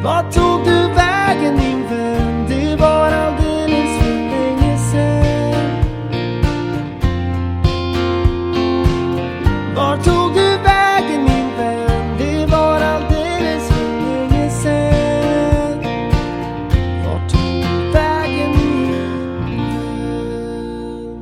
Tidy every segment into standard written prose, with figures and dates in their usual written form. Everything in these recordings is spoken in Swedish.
Vart tog du vägen min vän? Det var alldeles för länge sedan. Vart tog du vägen min vän? Det var alldeles för länge sedan. Vart tog du vägen min vän?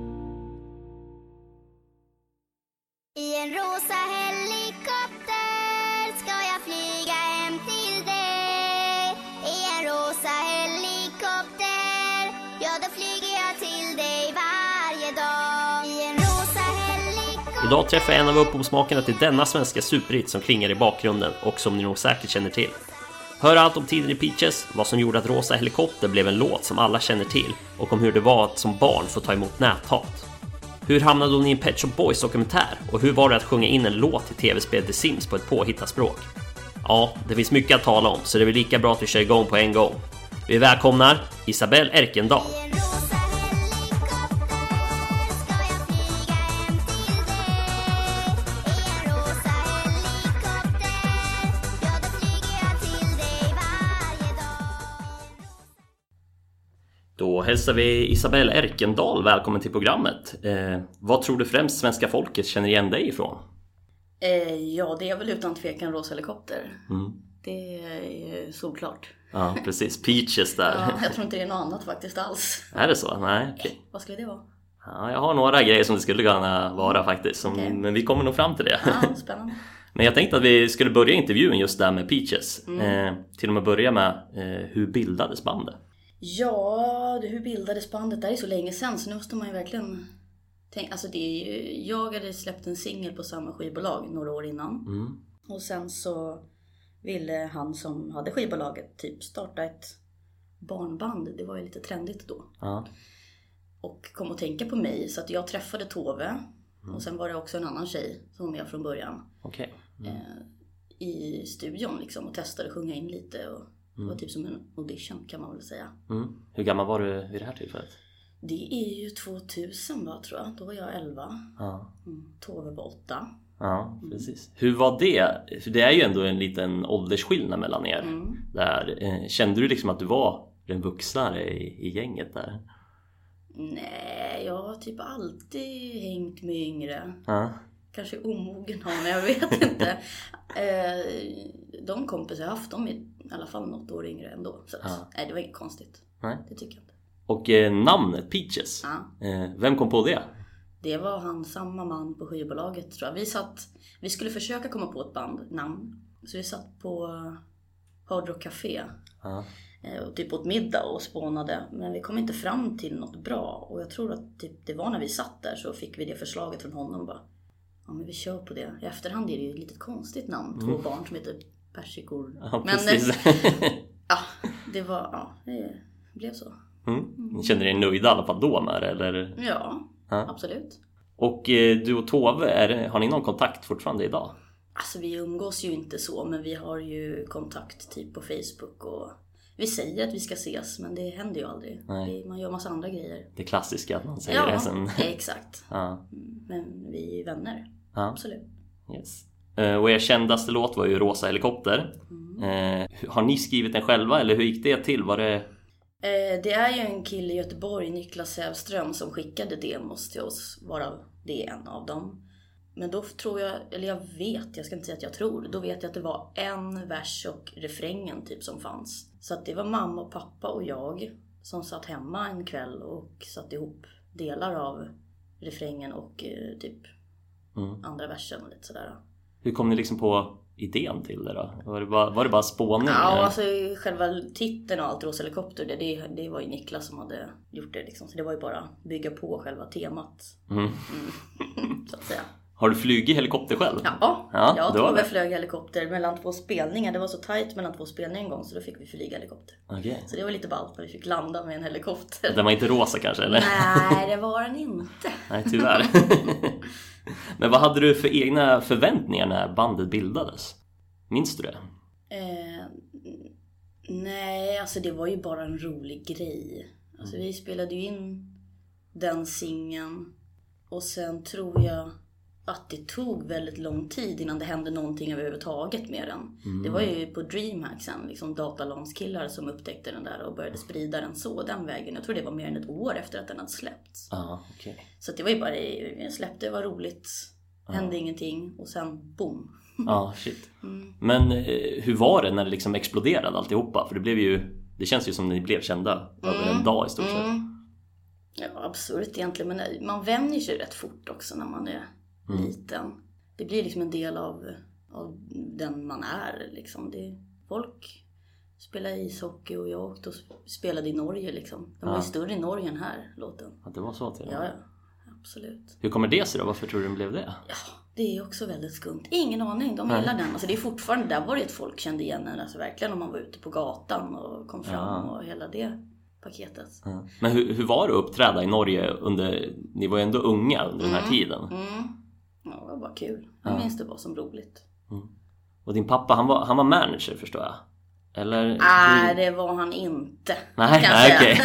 I en rosa helikopter ska jag flyga hem till dig. I en rosa helikopter, ja då flyger jag till dig varje dag. I en rosa helikopter. Idag träffar jag en av upphovsmakarna till denna svenska superhit som klingar i bakgrunden och som ni nog säkert känner till. Hör allt om tiden i Peaches, vad som gjorde att Rosa helikopter blev en låt som alla känner till och om hur det var att som barn få ta emot näthat. Hur hamnade hon i en Pet Shop Boys dokumentär och hur var det att sjunga in en låt till tv-spel The Sims på ett påhittaspråk? Ja, det finns mycket att tala om så det är väl lika bra att vi kör igång på en gång. Vi välkomnar Isabelle Erkendal. I en rosa helikopter ska jag flyga hem till dig. I en rosa helikopter, ja då flyger jag till dig varje dag. Då hälsar vi Isabelle Erkendal välkommen till programmet. Vad tror du främst svenska folket känner igen dig ifrån? Ja, det är väl utan tvekan Rosa helikopter. Mm. Det är såklart. Ja, precis. Peaches där. Ja, jag tror inte det är något annat faktiskt alls. Är det så? Nej, okej. Vad skulle det vara? Ja, jag har några grejer som det skulle kunna vara faktiskt. Okej. Men vi kommer nog fram till det. Ja, spännande. Men jag tänkte att vi skulle börja intervjun just där med Peaches. Till och med börja med hur bildades bandet? Ja, hur bildades bandet? Det är så länge sedan så nu måste man ju verkligen tänka. Alltså det är ju, jag hade släppt en singel på samma skivbolag några år innan. Och sen så ville han som hade skivbolaget typ starta ett barnband. Det var ju lite trendigt då. Ja. Och kom att tänka på mig så att jag träffade Tove. Och sen var det också en annan tjej som var med från början. Okej. I studion liksom och testade att sjunga in lite. Och det var typ som en audition kan man väl säga. Hur gammal var du vid det här tillfället? Det är ju 2000 va, tror jag. Då var jag 11. Ja. Tove var 8. Ja, precis. Hur var det? För det är ju ändå en liten åldersskillnad mellan er. Där. Kände du liksom att du var den vuxna i gänget där? Nej, jag har typ alltid hängt med yngre. Ja. Kanske omogen har, men jag vet inte. De kompisar jag haft, de är i alla fall något år yngre ändå. Så att, nej, det var inget konstigt. Nej. Det tycker jag inte. Och namnet Peaches, vem kom på det? Det var han, samma man på skivbolaget tror jag. Vi skulle försöka komma på ett bandnamn. Så vi satt på Hard Rock Café. Och typ åt middag och spånade. Men vi kom inte fram till något bra. Och jag tror att typ, det var när vi satt där så fick vi det förslaget från honom. Bara, ja men vi kör på det. I efterhand är det ju ett litet konstigt namn. 2 barn som heter persikor. Ja, precis. Men ja, det blev så. Känner du dig nöjd i alla fall då med det? Eller? Ja, absolut. Och du och Tove, har ni någon kontakt fortfarande idag? Alltså vi umgås ju inte så, men vi har ju kontakt typ på Facebook och vi säger att vi ska ses, men det händer ju aldrig. Man gör massa andra grejer. Det klassiska att man säger det sen. Ja, exakt. Men vi är vänner, absolut. Yes. Och er kändaste låt var ju Rosa helikopter. Har ni skrivit den själva eller hur gick det till? Var det... Det är ju en kille i Göteborg, Niklas Sävström, som skickade demos till oss, varav det är en av dem. Men då tror jag, eller jag ska inte säga att jag tror, då vet jag att det var en vers och refrängen typ som fanns. Så att det var mamma och pappa och jag som satt hemma en kväll och satt ihop delar av refrängen och typ andra versen och lite sådär. Hur kom ni liksom på idén till det då? Var det bara spåning? Ja, alltså själva titeln och allt, Rosa helikopter, det var ju Niklas som hade gjort det liksom. Så det var ju bara bygga på själva temat. Så att säga. Har du flugit helikopter själv? Ja, jag tror jag flög helikopter mellan 2 spelningar. Det var så tajt mellan 2 spelningar en gång så då fick vi flyga helikopter. Okay. Så det var lite ballt när vi fick landa med en helikopter. Den var inte rosa kanske eller? Nej, det var den inte. Nej, tyvärr. Men vad hade du för egna förväntningar när bandet bildades? Minns du det? Nej, alltså det var ju bara en rolig grej. Alltså vi spelade ju in den singeln. Och sen tror jag... att det tog väldigt lång tid innan det hände någonting överhuvudtaget med den. Det var ju på DreamHack sen, liksom datalanskillar som upptäckte den där och började sprida den så den vägen. Jag tror det var mer än ett år efter att den hade släppts. Okay. Så det var ju bara, jag släppte, det var roligt, hände ingenting och sen boom. Shit. Men hur var det när det liksom exploderade alltihopa? För det känns ju som ni blev kända över en dag i stort sett. Ja, absurt egentligen, men man vänjer sig rätt fort också när man är liten. Det blir liksom en del av den man är liksom. Folk spelar ishockey och jag åkte och spelade i Norge liksom. De var ju större i Norge än här, låten. Ja, det var så till det. Ja, absolut. Hur kommer det sig då? Varför tror du den blev det? Ja, det är också väldigt skumt. Ingen aning, de gillar den. Alltså det är fortfarande, där var det ett folk kände igen den. Alltså verkligen om man var ute på gatan och kom fram och hela det paketet. Men hur var det att uppträda i Norge ni var ju ändå unga under den här tiden? Ja, det var bara kul. Jag minns det var som roligt. Och din pappa, han var manager förstår jag? Eller? Nej, det var han inte. Nej, okej.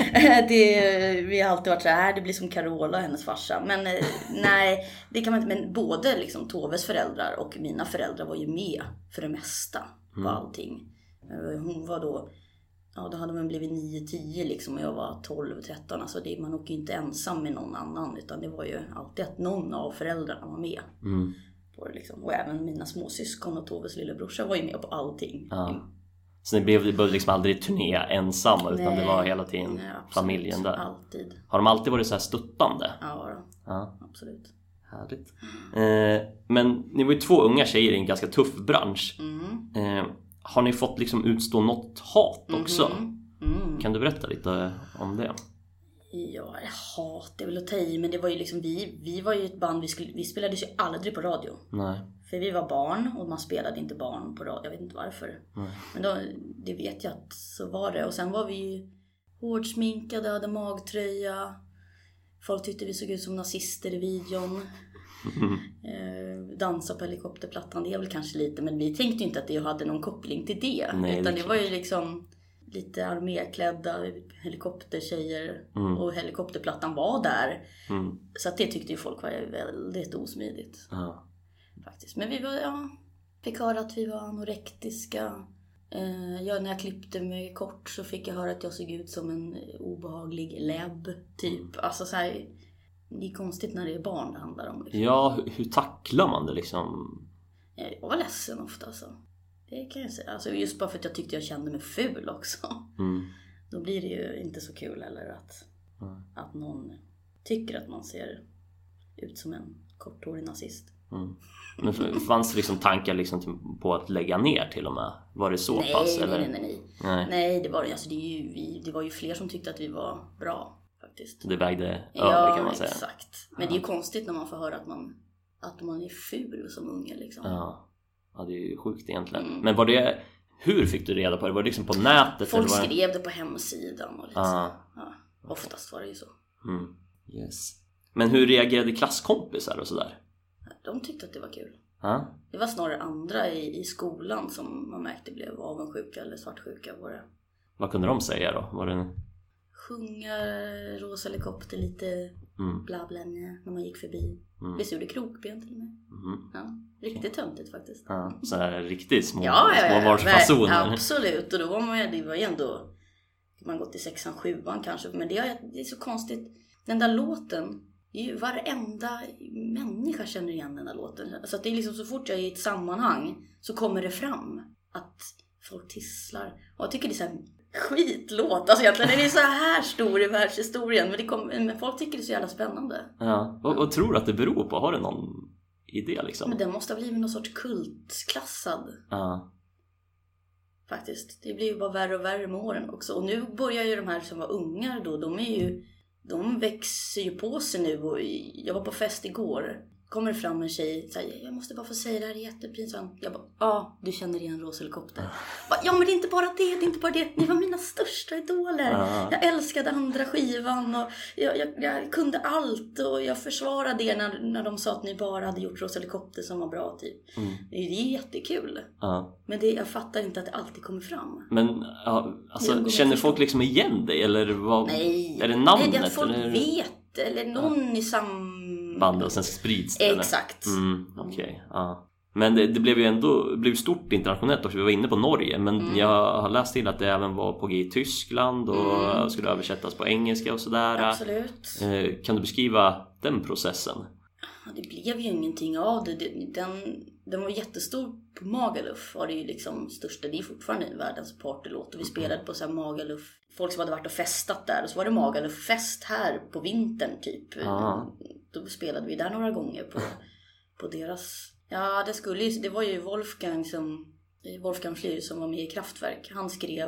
Vi har alltid varit så här, det blir som Carola, hennes farsa. Men nej, det kan man inte. Men både liksom Toves föräldrar och mina föräldrar var ju med för det mesta på allting. Hon var då hade man blivit 9-10 liksom, och jag var 12-13. Alltså man åker ju inte ensam med någon annan, utan det var ju alltid att någon av föräldrarna var med på det liksom. Och även mina småsyskon och Toves lillebrorsa var ju med på allting. Så ni behövde liksom aldrig turnera ensamma, utan det var hela tiden familjen där. Alltid. Har de alltid varit så här stöttande? Ja, absolut. Härligt. Men ni var ju 2 unga tjejer i en ganska tuff bransch. Har ni fått liksom utstå något hat också? Kan du berätta lite om det? Ja, hat är väl att ta i, men det var ju liksom vi var ju ett band, vi spelades ju aldrig på radio. Nej. För vi var barn och man spelade inte barn på radio, jag vet inte varför. Men då, det vet jag att så var det. Och sen var vi ju hårdsminkade, hade magtröja. Folk tyckte vi såg ut som nazister i videon. Dansa på helikopterplattan, det är väl kanske lite, men vi tänkte ju inte att det hade någon koppling till det. Nej, utan det var ju liksom lite arméklädda helikoptertjejer och helikopterplattan var där. Så att det tyckte ju folk var väldigt osmidigt. Faktiskt. Men vi var, fick höra att vi var anorektiska. När jag klippte mig kort så fick jag höra att jag såg ut som en obehaglig läbb typ. Alltså så här, det är konstigt när det är barn det handlar om liksom. Ja, hur tacklar man det liksom? Jag var ledsen ofta alltså. Det kan jag säga. Alltså just bara för att jag tyckte jag kände mig ful också. Då blir det ju inte så kul eller att någon tycker att man ser ut som en korthårig nazist. Men fanns det liksom tankar liksom på att lägga ner till och med? Var det så pass? Eller? Nej, det var alltså, det var ju fler som tyckte att vi var bra faktiskt. Det vägde över kan man säga. Exakt. Men det är ju konstigt när man får höra att man är ful som unge liksom. Ja, det är ju sjukt egentligen. Men hur fick du reda på det? Var det liksom på nätet? Folk eller skrev det på hemsidan och lite så. Oftast var det ju så. Yes. Men hur reagerade klasskompisar och sådär? De tyckte att det var kul. Det var snarare andra i skolan som man märkte blev avundsjuka eller svartsjuka på det. Vad kunde de säga då? Var det... Sjunga Rosa helikopter lite bla bla när man gick förbi. Vi gjorde krokben till och med. Riktigt töntigt faktiskt. Så här riktigt småvarsfasoner. Absolut. Och då var det var ju ändå man gått i 6:an, 7:an kanske. Men det är så konstigt. Den där låten, det är ju varenda människa känner igen den där låten. Så att det är liksom så fort jag är i ett sammanhang så kommer det fram att folk tisslar. Och jag tycker det är så här skitlåt. Alltså egentligen är det så här stor i världshistorien. Men folk tycker det är så jävla spännande. Ja, och tror att det beror på? Har du någon idé liksom? Men den måste ha blivit någon sorts kultklassad. Faktiskt. Det blir ju bara värre och värre med åren också. Och nu börjar ju de här som var ungar då. De växer ju på sig nu. Och jag var på fest igår. Kommer fram en tjej och säger, jag måste bara få säga det här är jättepinsamt. Jag bara, du känner igen Rosa helikopter. Ja, men det är inte bara det. Ni var mina största idoler. Jag älskade andra skivan och jag kunde allt. Och jag försvarade det när de sa att ni bara hade gjort Rosa helikopter som var bra typ. Det är jättekul. Men jag fattar inte att det alltid kommer fram. Men alltså, känner folk liksom igen dig? Eller vad? Nej. Är det namnet? Nej, det är att folk vet. Eller någon i samma bandet och sen sprids det? Exakt. Okej. Ja. Men det blev ju ändå stort internationellt också. Vi var inne på Norge, men jag har läst till att det även var på G i Tyskland och skulle översättas på engelska och sådär. Absolut. Kan du beskriva den processen? Det blev ju ingenting av det. Den var jättestor på Magaluf. Var det ju liksom största. Det är fortfarande världens partylåt. Och vi spelade på så här Magaluf. Folk som hade varit och festat där. Och så var det Magaluf-fest här på vintern typ. Då spelade vi där några gånger på deras... Ja, det var ju Wolfgang Flür som var med i Kraftwerk. Han skrev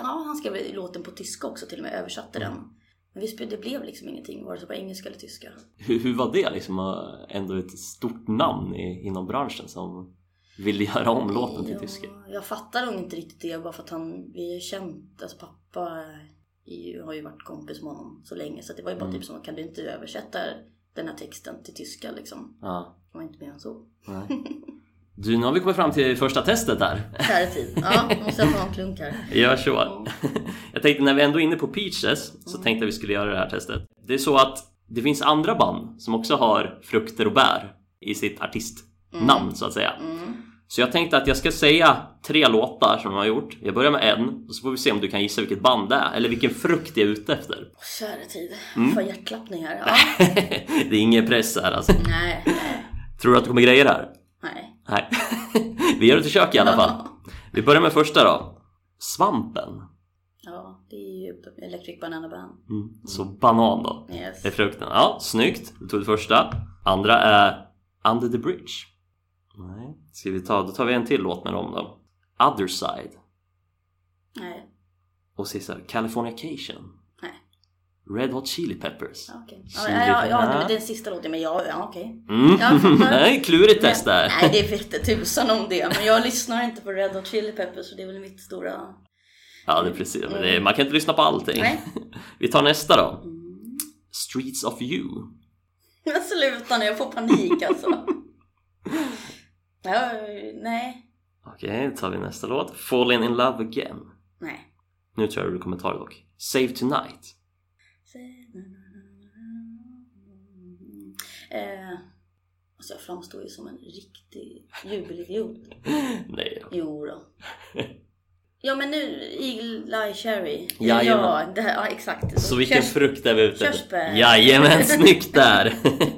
låten på tyska också, till och med översatte den. Men det blev liksom ingenting, vare sig på engelska eller tyska. Hur var det liksom, ändå ett stort namn inom branschen som ville göra om låten till tyska? Jag fattar nog inte riktigt det, bara för att vi är känt, alltså pappa har ju varit kompis med honom så länge, så det var ju bara typ som, kan du inte översätta den här texten till tyska liksom? Ja. Det var inte mer än så. Nej. Du, nu har vi kommit fram till första testet här. Kära tid. Ja, måste jag få en klunk här. Ja, sure. Jag tänkte, när vi ändå är inne på Peaches, så tänkte jag vi skulle göra det här testet. Det är så att det finns andra band som också har frukter och bär i sitt artistnamn, så att säga. Så jag tänkte att jag ska säga 3 låtar som de har gjort. Jag börjar med en, och så får vi se om du kan gissa vilket band det är, eller vilken frukt jag är ute efter. Kära tid. Får hjärtklappning här. Ja. Det är ingen press här alltså. Nej. Tror du att du kommer grejer här? Nej. Vi gör det till kök i alla fall. Vi börjar med första då. Svampen. Ja, det är ju Electric Banana Band. Så banan då. Yes. Är frukten. Ja, snyggt. Du tog det första. Andra är Under the Bridge. Nej. Då tar vi en till låt med dem då. Other Side. Nej. Och sista, Californication. Nej. Red Hot Chili Peppers. Okej. Ja, det är den sista låten, men okej. Nej, klurigt test där. Nej, det är jättetusan om det. Men jag lyssnar inte på Red Hot Chili Peppers, så det är väl mitt stora... Ja, det är precis. Men man kan inte lyssna på allting. Nej. Vi tar nästa då. Streets of You. Men sluta nu, jag får panik alltså. Nej. Okej, då tar vi nästa låt. Falling in Love Again. Nej. Nu tror jag du kommer ta det dock. Save Tonight. Alltså jag framstår ju som en riktig jubelidiot. Nej då. Jo då. Ja, men nu Eagle Eye Cherry. Ja, det här, exakt. Så vilken frukt är vi ute? Körsbär. Jajamän, snyggt där.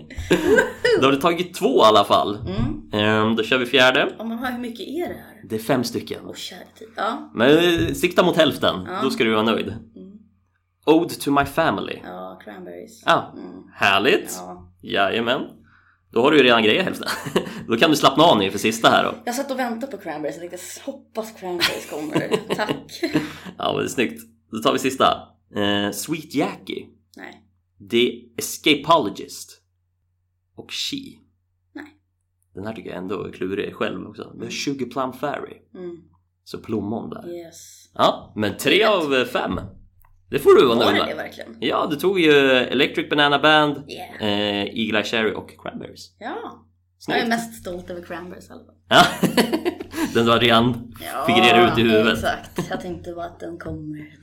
Då har du tagit 2 i alla fall. Då kör vi fjärde. Ja, men hur mycket är det här? Det är 5 stycken. Kära tid. Ja. Men sikta mot hälften. Då ska du vara nöjd. Ode to My Family. Ja, Cranberries. Ja, härligt. Jajamän. Då har du ju redan grejer hälften. Då kan du slappna av ner för sista här då. Jag satt och väntade på Cranberries. Jag tänkte, hoppas Cranberries kommer. Tack. Ja, men det är snyggt. Då tar vi sista. Sweet Jackie. Nej. The Escapologist. Och She. Nej. Den här tycker jag ändå är klurig själv också. The Sugar Plum Fairy. Så plommon där. Yes. Ja, men 3 av 5. Det får du vara nöjd med. Var det verkligen? Ja, du tog ju Electric Banana Band, Eagle Eye Cherry och Cranberries. Ja. Snyggt. Jag är mest stolt över Cranberries i alla fall. Ja, den var redan figurerar ut i huvudet. Exakt. Jag tänkte bara att den kommer.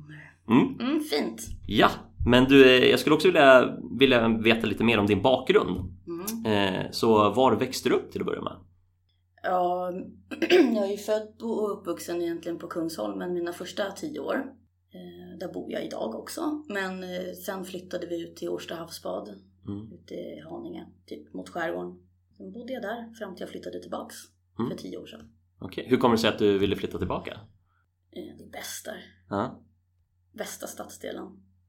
Fint. Ja, men du, jag skulle också vilja veta lite mer om din bakgrund. Så var växte du upp till att börja med? Ja, jag är ju född och uppvuxen egentligen på Kungsholmen mina första 10 år. Där bor jag idag också. Men sen flyttade vi ut till Årsta havsbad. Ute i Haninge, typ mot skärgården. Sen bodde jag där fram till jag flyttade tillbaks för 10 år sedan. Okej. Hur kommer det sig att du ville flytta tillbaka? Det är bäst där. Bästa stadsdelen.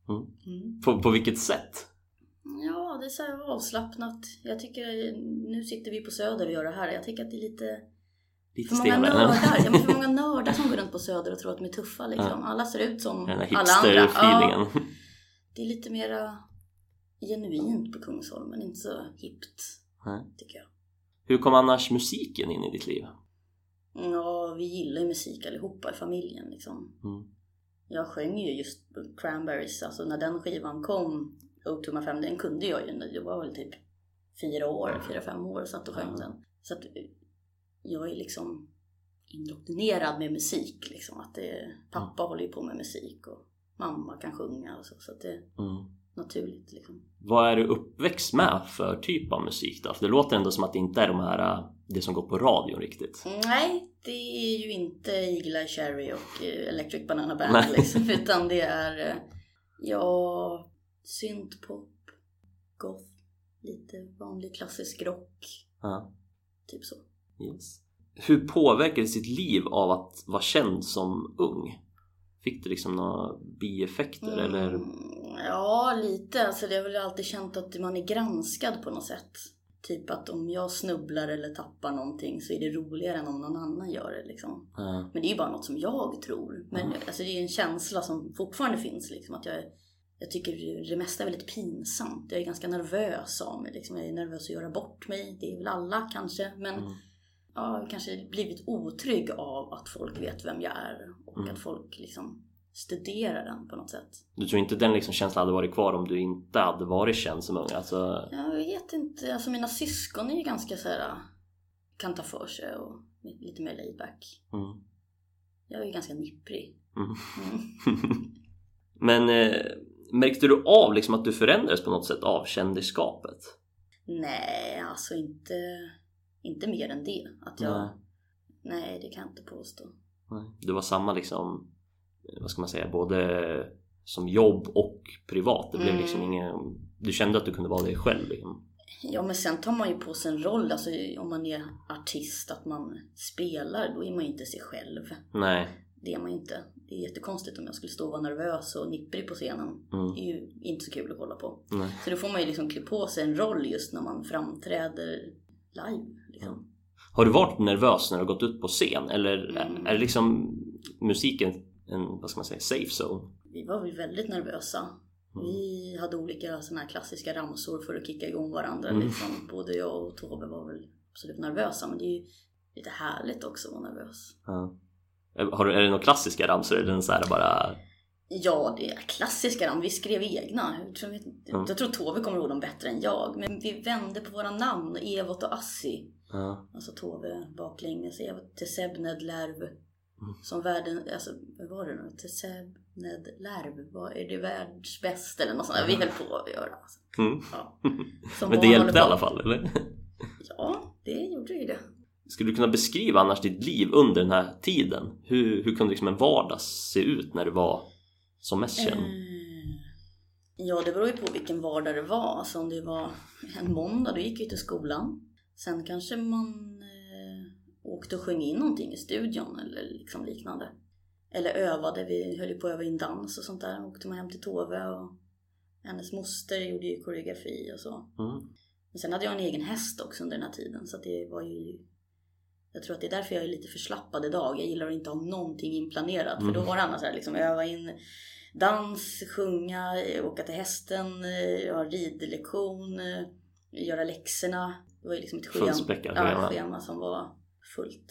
På vilket sätt? Ja, det är så här avslappnat. Jag tycker, nu sitter vi på Söder och gör det här. Jag tycker att det är lite för många nördar. För många nördar som går runt på Söder och tror att de är tuffa liksom. Alla ser ut som alla andra. Ja, det är lite mera genuint på Kungsholmen, inte så hippt, tycker jag. Hur kom annars musiken in i ditt liv? Ja, vi gillar ju musik allihopa i familjen liksom. Jag sjöng ju just Cranberries, alltså när den skivan kom, Ode to My Family, den kunde jag ju när jag var väl typ 4-5 år satt och sjöng den. Så att jag är liksom indoktrinerad med musik liksom, att pappa håller ju på med musik och mamma kan sjunga och så att naturligt liksom. Vad är du uppväxt med för typ av musik då? För det låter ändå som att det inte är det som går på radion riktigt. Nej, det är ju inte Eagle Eye Cherry och Electric Banana Band liksom, utan det är syntpop, goth, lite vanlig klassisk rock. Ja. Typ så. Yes. Hur påverkade sitt liv av att vara känd som ung? Fick du liksom några bieffekter eller? Ja, lite. Alltså det har väl alltid känt att man är granskad på något sätt. Typ att om jag snubblar eller tappar någonting så är det roligare än om någon annan gör det liksom. Men det är ju bara något som jag tror. Men alltså det är en känsla som fortfarande finns liksom, att jag tycker det mesta är väldigt pinsamt. Jag är ganska nervös av mig liksom. Jag är nervös att göra bort mig. Det är väl alla kanske. Men jag har kanske blivit otrygg av att folk vet vem jag är. Och att folk liksom studerar den på något sätt. Du tror inte den liksom känslan hade varit kvar om du inte hade varit känd som ung? Alltså... Jag vet inte. Alltså mina syskon är ju ganska så här, kan ta för sig och lite mer laid back. Jag är ju ganska nipprig. Men märkte du av liksom att du förändrades på något sätt av kändisskapet? Nej, alltså inte mer än det. Att nej, det kan jag inte påstå. Du var samma liksom, vad ska man säga, både som jobb och privat. Det blev liksom du kände att du kunde vara dig själv liksom. Ja, men sen tar man ju på sig en roll. Alltså om man är artist, att man spelar, då är man ju inte sig själv. Nej. Det är man inte. Det är jättekonstigt om jag skulle stå och vara nervös och nipprig på scenen. Det är ju inte så kul att kolla på. Nej. Så då får man ju liksom klä på sig en roll just när man framträder live liksom. Har du varit nervös när du har gått ut på scen? Eller är det liksom musiken en, vad ska man säga, safe zone? Vi var väl väldigt nervösa. Vi hade olika såna här klassiska ramsor för att kicka igång varandra. Liksom. Både jag och Tove var väl absolut nervösa. Men det är ju lite härligt också att vara nervös. Är det några klassiska ramsor eller så här bara... Ja, det är klassiska ramsor. Vi skrev egna. Jag tror Tove kommer ihåg dem bättre än jag. Men vi vände på våra namn. Evot och Assi. Alltså Tove baklänges. Evot Tesebned Lärv. Som världen... Alltså, vad var det nu? Tesebned Lärv. Är det världsbäst eller något sånt? Vi höll på att göra. Alltså. Ja. Men det hjälpte i alla fall, eller? Ja, det gjorde ju det. Skulle du kunna beskriva annars ditt liv under den här tiden? Hur kunde liksom en vardag se ut när du var som mest känd? Ja, det beror ju på vilken vardag det var. Alltså om det var en måndag, då gick jag till skolan. Sen kanske man åkte och sjöng in någonting i studion eller liksom liknande. Eller övade, vi höll ju på att öva in dans och sånt där. Åkte man hem till Tove och hennes moster gjorde ju koreografi och så. Men sen hade jag en egen häst också under den här tiden. Så att det var ju... Jag tror att det är därför jag är lite förslappad idag. Jag gillar att inte ha någonting inplanerat. För då var det annars här, liksom, öva in dans, sjunga, åka till hästen, ha ridlektion, göra läxorna. Det var ju liksom ett schema som var fullt.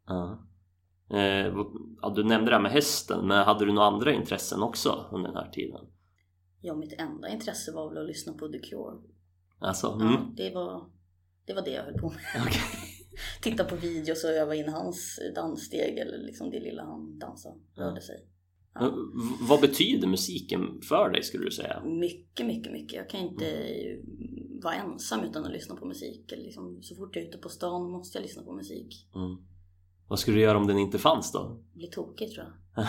Du nämnde det här med hästen, men hade du några andra intressen också under den här tiden? Ja, mitt enda intresse var väl att lyssna på The Cure. Alltså, det var det jag höll på med. Okay. Titta på videos och öva in hans danssteg eller liksom det lilla han dansade, rörde sig. Ja. Vad betyder musiken för dig, skulle du säga? Mycket, mycket, mycket. Jag kan inte vara ensam utan att lyssna på musik. Eller liksom, så fort jag är ute på stan måste jag lyssna på musik. Vad skulle du göra om den inte fanns då? Bli tokig, tror jag.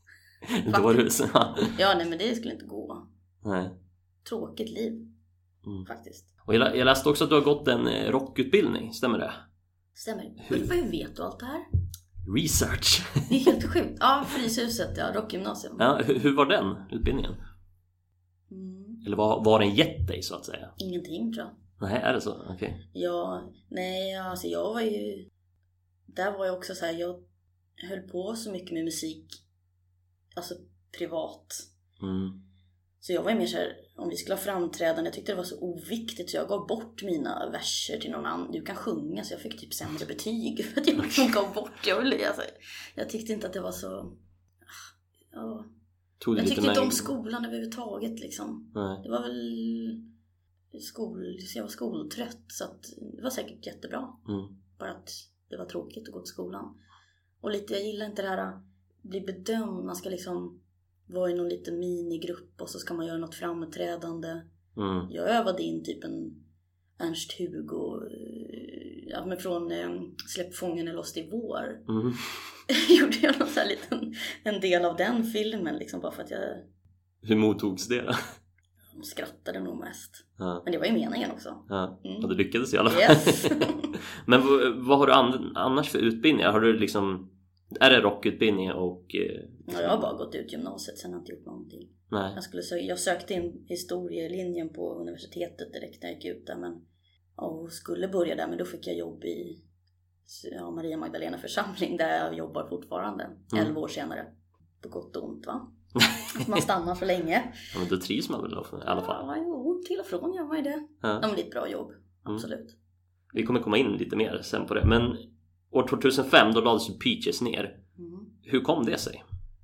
Ja, nej, men det skulle inte gå. Nej. Tråkigt liv, faktiskt. Och jag läste också att du har gått en rockutbildning, stämmer det? Stämmer. Hur vet du allt det här? Research. Det är helt sjukt. Ja, Fryshuset, rockgymnasium. Ja, hur var den utbildningen? Eller vad den gett dig, så att säga? Ingenting, tror jag. Nej, är det så? Okej. Okay. Ja, nej, alltså jag var ju... Där var jag också så här, jag höll på så mycket med musik, alltså privat. Så jag var ju mer så här, om vi skulle ha framträdande, jag tyckte det var så oviktigt så jag gav bort mina verser till någon annan. Du kan sjunga, så jag fick typ sämre betyg för att jag liksom gav bort. Jag tyckte inte att det var så... Ja. Jag tyckte inte om skolan överhuvudtaget liksom. Nej. Det var väl jag var skoltrött, så att det var säkert jättebra. Bara att det var tråkigt att gå till skolan. Och lite, jag gillar inte det här att bli bedömd. Man ska liksom vara i någon liten minigrupp och så ska man göra något framträdande. Jag övade in typ en Ernst-Hugo men från Släpp fången är lost i vår. Gjorde jag någon så här en del av den filmen liksom, bara för att jag... Hur mottogs det då? De skrattade nog mest. Men det var ju meningen också. Och det lyckades i alla fall. Yes. Men vad har du annars för utbildningar? Har du liksom... Är det rockutbildning och... Ja, jag har bara gått ut gymnasiet, sen har jag inte gjort någonting. Nej. Jag sökte in historielinjen på universitetet direkt när jag gick ut där, men och skulle börja där, men då fick jag jobb i Maria Magdalena församling där jag jobbar fortfarande 11 år senare. På gott och ont, va? Att man stannar för länge. Ja, men då trivs man väl i alla fall? Ja, jo, till och från gör man ju det. Ja, men det är ett bra jobb, absolut. Vi kommer komma in lite mer sen på det, men år 2005 då lades ju Peaches ner. Hur kom det sig?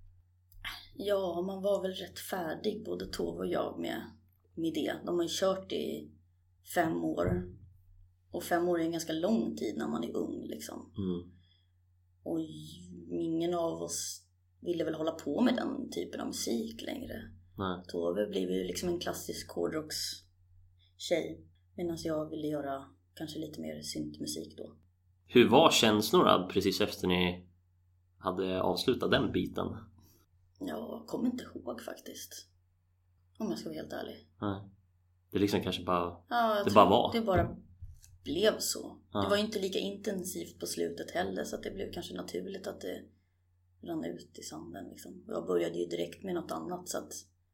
Ja, man var väl rätt färdig, både Tove och jag, med det. De har ju kört i 5 år. Och 5 år är en ganska lång tid när man är ung liksom. Och ingen av oss ville väl hålla på med den typen av musik längre. Nej. Tove blev ju liksom en klassisk hårdrocks tjej, medan jag ville göra kanske lite mer syntmusik då. Hur var känslorna precis efter ni hade avslutat den biten? Jag kommer inte ihåg faktiskt, om jag ska vara helt ärlig. Nej. Det liksom kanske bara... Ja, det bara var. Det bara blev så. Ja. Det var inte lika intensivt på slutet heller, så att det blev kanske naturligt att det rann ut i sanden liksom. Jag började ju direkt med något annat, så att...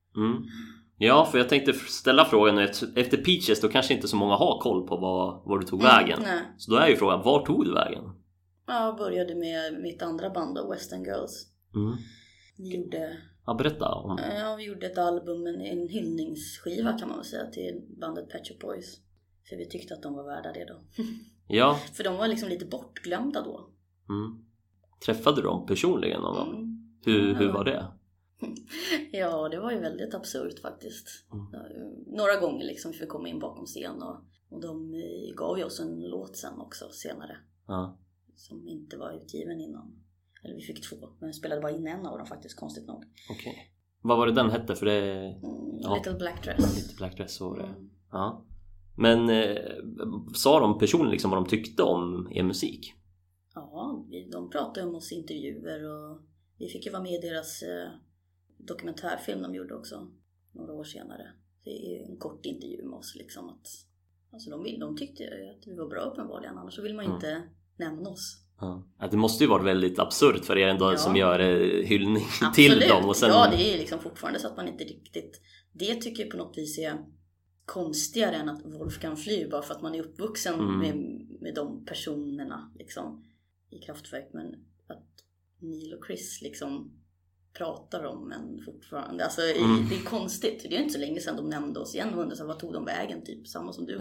Ja, för jag tänkte ställa frågan efter Peaches, då kanske inte så många har koll på var du tog vägen. Nej. Så då är ju frågan, var tog du vägen? Jag började med mitt andra band då, Western Girls. Vi gjorde... Ja, berätta om... Ja, vi gjorde ett album, en hyllningsskiva kan man väl säga, till bandet Pet Shop Boys. För vi tyckte att de var värda det då. Ja. För de var liksom lite bortglömda då. Träffade du dem personligen någon gång? Hur var det? Ja, det var ju väldigt absurt faktiskt. Några gånger liksom vi kom in bakom scen och de gav ju oss en låt sen också senare. Som inte var utgiven innan. Eller vi fick 2, men spelade bara in en av dem faktiskt, konstigt nog. Okej. Vad var det den hette? För det... Little Black Dress. Little Black Dress var det. Ja. Men sa de personligen liksom vad de tyckte om er musik? Ja, de pratade om oss i intervjuer och vi fick ju vara med i deras dokumentärfilm de gjorde också några år senare. Det är en kort intervju med oss liksom, att alltså de tyckte att vi var bra uppenbarligen, annars så vill man inte nämna oss. Ja, det måste ju vara väldigt absurt för er ändå som gör hyllning Absolut. till dem. Och sen... Ja, det är liksom fortfarande så att man inte riktigt... Det tycker jag på något vis är konstigare än att Wolfgang flyr, bara för att man är uppvuxen med de personerna liksom, i Kraftwerk. Men att Neil och Chris liksom pratar om men fortfarande... Alltså det är konstigt. Det är inte så länge sedan de nämnde oss igen och undrade vad tog de vägen, typ samma som du.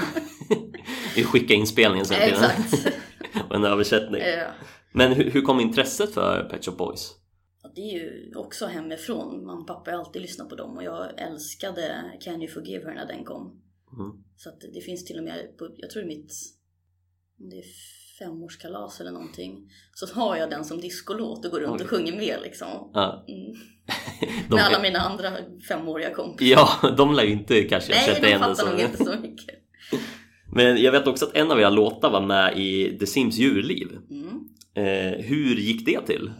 Vi skickar inspelningen sen till exakt. och en översättning. Men hur kom intresset för Pet Shop Boys? Ja, det är ju också hemifrån. Mamma och pappa har alltid lyssnat på dem och jag älskade Can You Forgive Her när den kom. Så att det finns till och med på, jag tror det är 5-årskalas eller någonting, så har jag den som discolåt och går runt och sjunger med liksom. Med alla mina andra 5-åriga kompisar. Ja, de lär ju inte kanske sätta igen det. Nej, de fattar nog inte så mycket. Men jag vet också att en av era låtar var med i The Sims djurliv. Hur gick det till?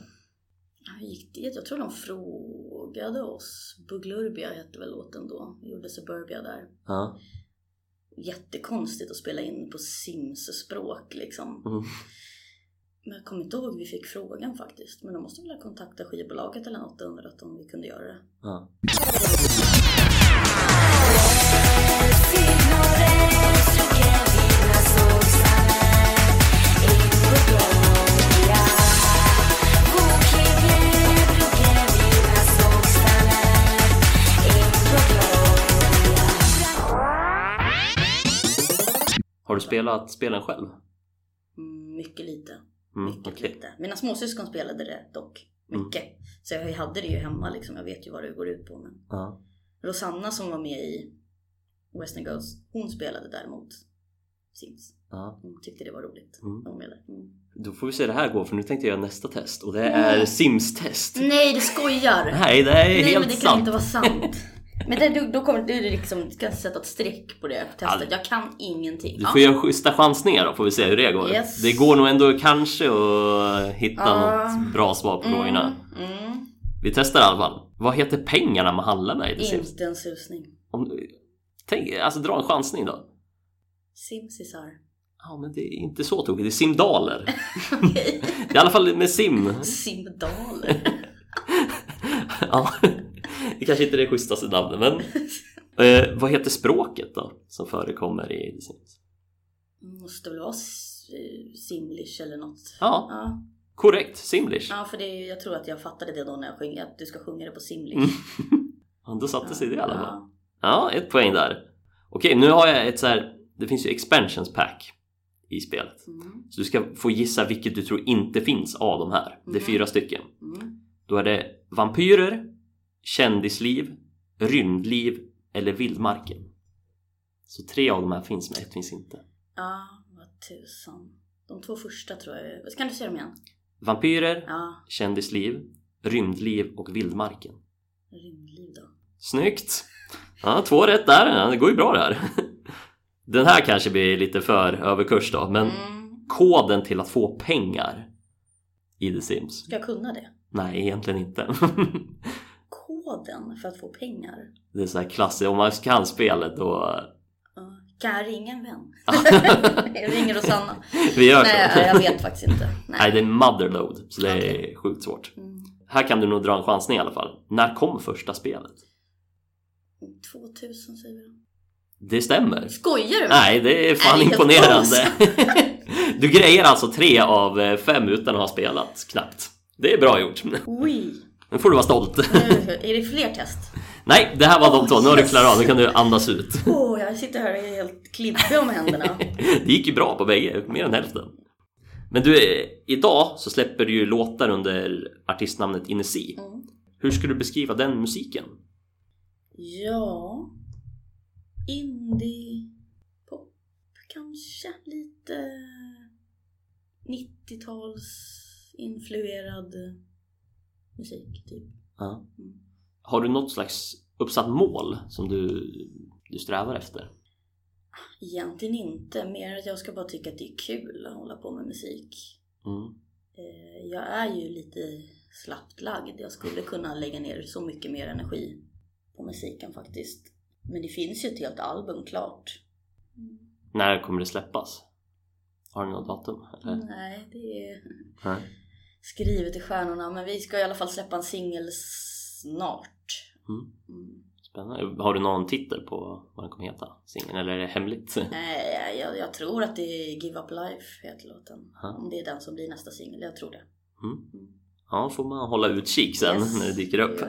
Jag tror de frågade oss. Buglurbia hette väl låten då. Vi gjorde Suburbia där. Jättekonstigt att spela in på Sims-språk liksom. Men jag kommer inte ihåg vi fick frågan faktiskt. Men de måste väl kontakta skivbolaget eller något och undrat om vi kunde göra det. Har du spelat spelen själv? Mycket lite. Okay. Lite. Mina småsyskon spelade det dock mycket. Så jag hade det ju hemma liksom. Jag vet ju vad det går ut på. Men... Rosanna som var med i Western Girls, hon spelade däremot Sims. Ja. Tyckte det var roligt. Då får vi se det här går, för nu tänkte jag göra nästa test. Och det är Sims-test. Nej, du skojar! Nej, det är Nej, helt men det kan sant. inte vara sant. Men då kommer det liksom, du kan sätta ett streck på det testet. Jag kan ingenting. Du får göra schyssta chansningar då, får vi se hur det går. Yes. Det går nog ändå kanske att hitta något bra svar på frågorna. Vi testar i alla fall. Vad heter pengarna man handlar med i The Sims? Inte en susning. Alltså dra en chansning då. Simsisar. Ja, men det är inte så tokigt. Det är simdaler. Okej. Det är i alla fall med sim. Simdaler. Ja, det kanske inte är det schysstaste namnet, men vad heter språket då som förekommer i The Sims? Måste väl vara simlish eller något. Ja. Korrekt, simlish. Ja, för jag tror att jag fattade det då när jag sjöng att du ska sjunga det på simlish. Ja, då satte sig det i alla fall. Ja, 1 poäng där. Okej, nu har jag ett så här. Det finns ju expansions pack i spelet. Så du ska få gissa vilket du tror inte finns av de här. Det är 4 stycken. Då är det vampyrer, kändisliv, rymdliv eller vildmarken. Så 3 av de här finns, men 1 finns inte. Ja, vad tusan. De 2 första tror jag. Kan du se dem igen? Vampyrer, kändisliv, rymdliv och vildmarken. Rymdliv då. Snyggt! Ja, 2 rätt där. Ja, det går ju bra det här. Den här kanske blir lite för överkurs då. Men koden till att få pengar i The Sims. Ska jag kunna det? Nej, egentligen inte. Koden för att få pengar? Det är så här klassiskt. Om man kan spelet då... Kan jag ringa en vän? Jag ringer Rosanna. Vi gör så. Nej, jag vet faktiskt inte. Nej, det är motherload. Så det är sjukt svårt. Här kan du nog dra en chansning i alla fall. När kom första spelet? 2000 säger vi. Det stämmer. Skojar du? Nej, det är fan imponerande. Du grejer alltså 3 av 5 utan att ha spelat knappt. Det är bra gjort. Oj. Nu får du vara stolt. Är det fler test? Nej, det här var de 2. Nu har du klarat av. Nu kan du andas ut. Jag sitter här och är helt klibbig om händerna. Det gick ju bra på bägge, mer än hälften. Men du, idag så släpper du ju låtar under artistnamnet Inesee. Hur skulle du beskriva den musiken? Ja, indie pop kanske, lite 90-tals influerad musik typ. Ja. Har du något slags uppsatt mål som du strävar efter? Egentligen inte, mer att jag ska bara tycka att det är kul att hålla på med musik. Jag är ju lite slappt lagd. Jag skulle kunna lägga ner så mycket mer energi på musiken faktiskt. Men det finns ju ett helt album klart. När kommer det släppas? Har du något datum? Eller? Nej, det är skrivet i stjärnorna. Men vi ska i alla fall släppa en singel snart. Spännande. Har du någon titel på vad den kommer heta? Singeln, eller är det hemligt? Nej, jag tror att det är Give Up Life heter låten. Om det är den som blir nästa singel, jag tror det. Ja, får man hålla utkik sen när det dyker upp.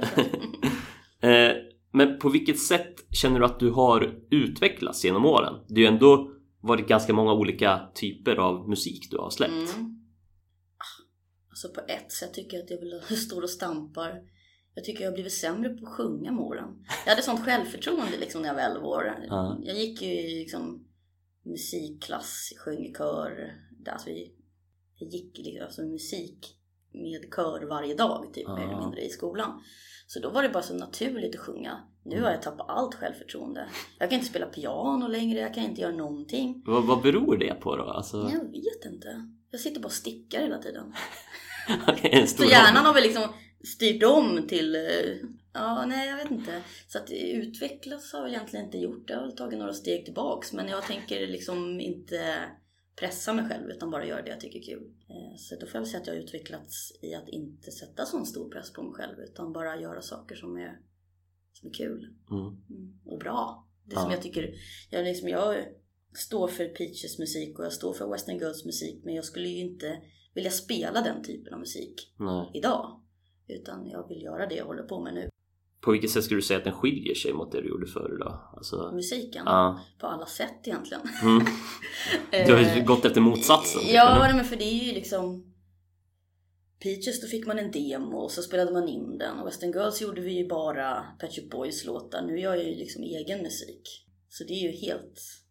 Men på vilket sätt känner du att du har utvecklats genom åren? Det är ju ändå varit ganska många olika typer av musik du har släppt. Alltså på ett sätt tycker jag att jag står och stampar. Jag tycker jag har blivit sämre på att sjunga med åren. Jag hade sånt självförtroende liksom när jag var 11 år. Jag gick ju i liksom musikklass, sjöng i kör. Alltså jag gick liksom musik med kör varje dag typ, mer eller mindre i skolan. Så då var det bara så naturligt att sjunga. Nu har jag tappat allt självförtroende. Jag kan inte spela piano längre, jag kan inte göra någonting. Vad beror det på då? Alltså... Jag vet inte. Jag sitter bara och stickar hela tiden. Så hjärnan har väl liksom styrt om till... nej jag vet inte. Så att utvecklas har jag egentligen inte gjort. Jag har väl tagit några steg tillbaks. Men jag tänker liksom inte pressa mig själv utan bara göra det jag tycker är kul. Så då får jag väl säga att jag har utvecklats i att inte sätta sån stor press på mig själv. Utan bara göra saker som är kul. Och bra. Det som jag tycker... Jag står för Peaches musik och jag står för Western Girls musik. Men jag skulle ju inte vilja spela den typen av musik idag. Utan jag vill göra det jag håller på med nu. På vilket sätt skulle du säga att den skiljer sig mot det du gjorde förr då? Alltså... Musiken? På alla sätt egentligen. Du har ju gått efter motsatsen. Ja, men för det är ju liksom... Peaches, då fick man en demo och så spelade man in den. Och Western Girls gjorde vi ju bara Pet Shop Boys låtar. Nu gör jag ju liksom egen musik. Så det är ju helt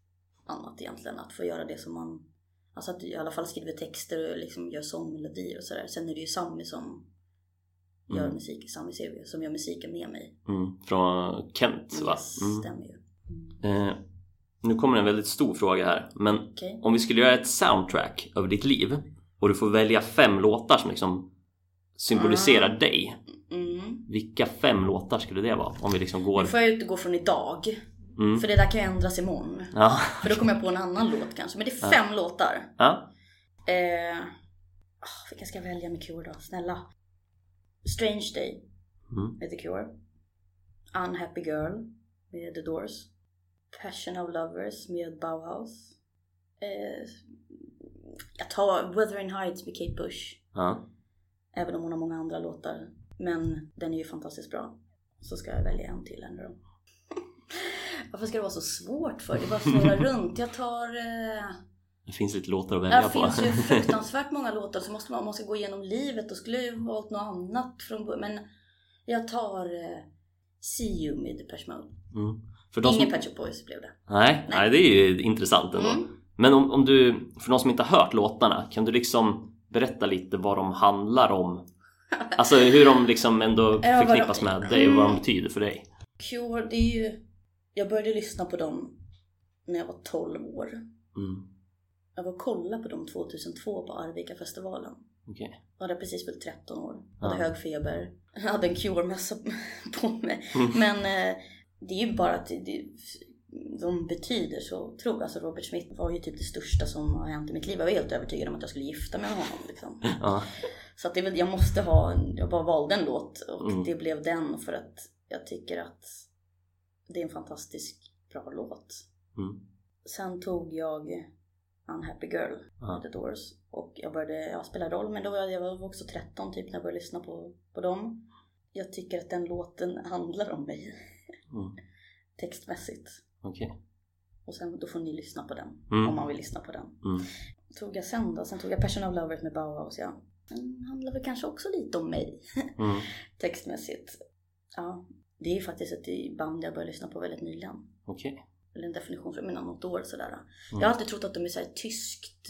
annat egentligen. Att få göra det som man... Alltså att i alla fall skriver texter och liksom gör sångmelodier och sådär. Sen är det ju Sami som gör musik. Sami Sevi som gör musiken med mig. Från Kent, va? Yes, stämmer ju. Nu kommer en väldigt stor fråga här. Men om vi skulle göra ett soundtrack över ditt liv och du får välja 5 låtar som liksom symboliserar dig. Vilka 5 låtar skulle det vara? Om vi liksom går... Nu får jag utgå från idag. För det där kan ju ändras imorgon. För då kommer jag på en annan låt kanske. Men det är 5 låtar. Vilka ska jag välja med Cure då? Snälla. Strange Day med The Cure. Unhappy Girl med The Doors. Passion of Lovers med Bauhaus. Jag tar Wuthering Heights med Kate Bush. Även om hon har många andra låtar. Men den är ju fantastiskt bra. Så ska jag välja en till ändå. Varför ska det vara så svårt för? Det är bara att snurra runt. Jag tar... Det finns lite låtar att välja på. Det finns ju fruktansvärt många låtar. Så måste man måste gå igenom livet. Och skulle ju valt något annat från början. Men jag tar See You med Depeche Mode. Ingen Pet Shop Boys blev det. Nej, det är ju intressant ändå. Men om du, för någon som inte har hört låtarna, kan du liksom berätta lite vad de handlar om? Alltså hur de liksom ändå förknippas med dig och vad de betyder för dig. Cure, det är ju... Jag började lyssna på dem när jag var 12 år. Jag var och kollade på dem 2002 på Arvika-festivalen. Jag hade precis fyllt 13 år. Jag hade hög feber. Jag hade en Cure-mössa på mig. Men det är ju bara att de betyder så otroligt. Alltså Robert Smith var ju typ det största som har hänt i mitt liv. Jag var helt övertygad om att jag skulle gifta mig med honom liksom. Så att det är väl, jag måste ha, jag bara valde en låt. Och det blev den för att jag tycker att det är en fantastisk bra låt. Sen tog jag Unhappy Girl med The Doors. Och jag började spela roll. Men då jag var också 13 typ när jag började lyssna på dem. Jag tycker att den låten handlar om mig. Textmässigt. Och sen då får ni lyssna på den. Om man vill lyssna på den. Tog jag sen då. Sen tog jag Passion of Lovers med Bauhaus. Den handlar väl kanske också lite om mig. Textmässigt. Ja. Det är faktiskt ett band jag började lyssna på väldigt nyligen. Eller en definition för något år sådär. Jag har alltid trott att de är så här tyskt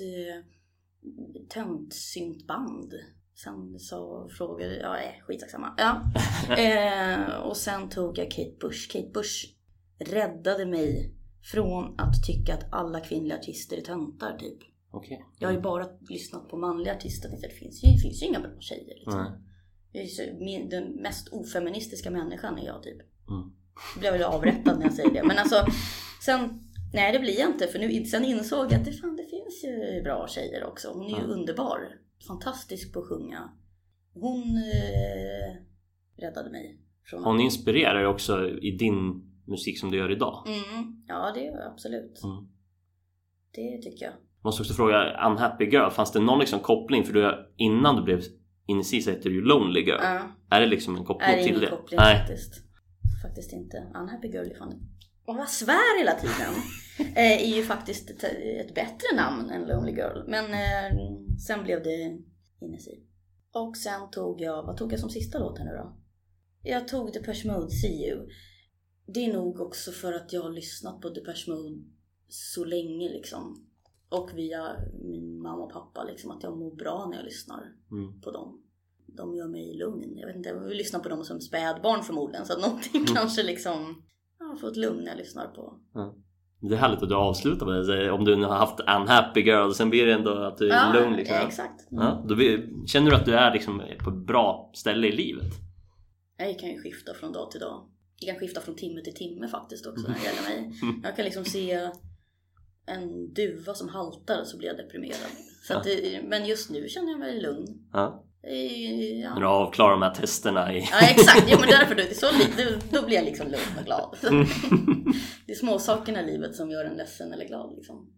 töntsynt band. Sen så frågade jag, skitsamma. Och sen tog jag Kate Bush. Kate Bush räddade mig från att tycka att alla kvinnliga artister är töntar typ. Jag har ju bara lyssnat på manliga artister. Det finns ju inga bra tjejer liksom. Den mest ofeministiska människan är jag typ. Jag blev väl avrättad när jag säger det. Men alltså sen, nej det blir jag inte. För sen insåg jag att det finns ju bra tjejer också. Hon är ju underbar. Fantastisk på att sjunga. Hon räddade mig från... Hon inspirerar också i din musik som du gör idag. Ja det gör jag absolut. Det tycker jag. Jag måste också fråga, Unhappy Girl, fanns det någon liksom koppling? För innan du blev Inesi så heter du Lonely Girl. Är det liksom en koppling till det? Koppling, nej, faktiskt inte. Unhappy Girl är fan... Och vad svär hela tiden. Är ju faktiskt ett bättre namn än Lonely Girl. Men sen blev det Inesi. Och sen tog jag... Vad tog jag som sista låt här nu då? Jag tog Depeche Mode, See You. Det är nog också för att jag har lyssnat på Depeche Mode så länge liksom. Och via min mamma och pappa liksom, att jag mår bra när jag lyssnar på dem. De gör mig lugn. Jag vet inte, jag vill lyssna på dem som spädbarn förmodligen. Så att någonting kanske liksom... Jag har fått lugn när jag lyssnar på. Det är härligt att du avslutar med det. Om du har haft Unhappy Girl, sen blir det ändå att du är lugn liksom. Ja, exakt. Då känner du att du är liksom på ett bra ställe i livet? Jag kan ju skifta från dag till dag. Jag kan skifta från timme till timme faktiskt också när det gäller mig. Jag kan liksom se en duva som haltar så blir jag deprimerad. Så att men just nu känner jag mig lugn. När du avklarar de här testerna Ja exakt, men därför det är så lite, då blir jag liksom lugn och glad. Det är små sakerna i livet som gör en ledsen eller glad liksom.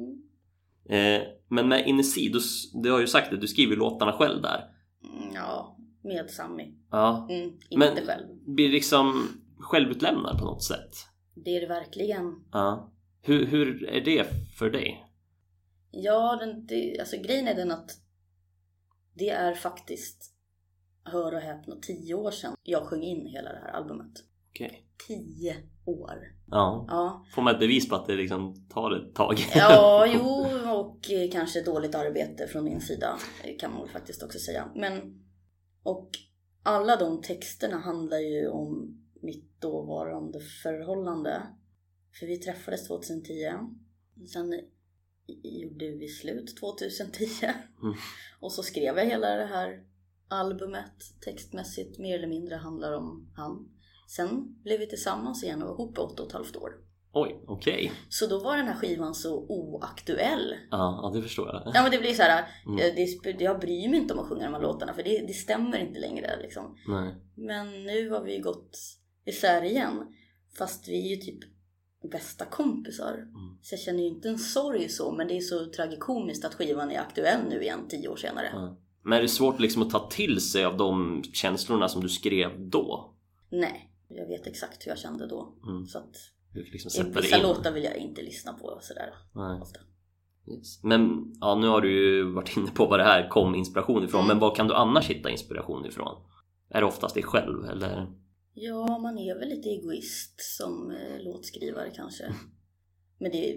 Men med Inesi, du har ju sagt att du skriver låtarna själv där. Ja, med Sami. Inte men själv. Blir liksom självutlämnad på något sätt? Det är det verkligen. Hur är det för dig? Ja, alltså grejen är den att det är faktiskt, hör och häpna, 10 år sedan jag sjöng in hela det här albumet. Okej. 10 år. Ja. Ja. Får man ett bevis på att det liksom tar ett tag? Ja, jo, och kanske dåligt arbete från min sida kan man faktiskt också säga. Och alla de texterna handlar ju om mitt dåvarande förhållande. För vi träffades 2010. Sen gjorde vi slut 2010. Och så skrev jag hela det här albumet textmässigt, mer eller mindre handlar om han. Sen blev vi tillsammans igen och var ihop 8,5 år. Oj, okej. Så då var den här skivan så oaktuell. Ja, det förstår jag. Ja, men det blir så här, jag bryr mig inte om att sjunga de här låtarna, för det stämmer inte längre liksom. Nej. Men nu har vi gått isär igen, fast vi är ju typ bästa kompisar. Så jag känner ju inte en sorg så, men det är så tragikomiskt att skivan är aktuell nu igen 10 år senare. Ja. Men är det svårt liksom att ta till sig av de känslorna som du skrev då? Nej, jag vet exakt hur jag kände då. Så att Liksom vissa låtar vill jag inte lyssna på sådär ofta. Yes. Men ja, nu har du ju varit inne på vad det här kom inspiration ifrån. Men vad kan du annars hitta inspiration ifrån? Är det oftast dig själv eller? Ja, man är väl lite egoist som låtskrivare kanske. Men det är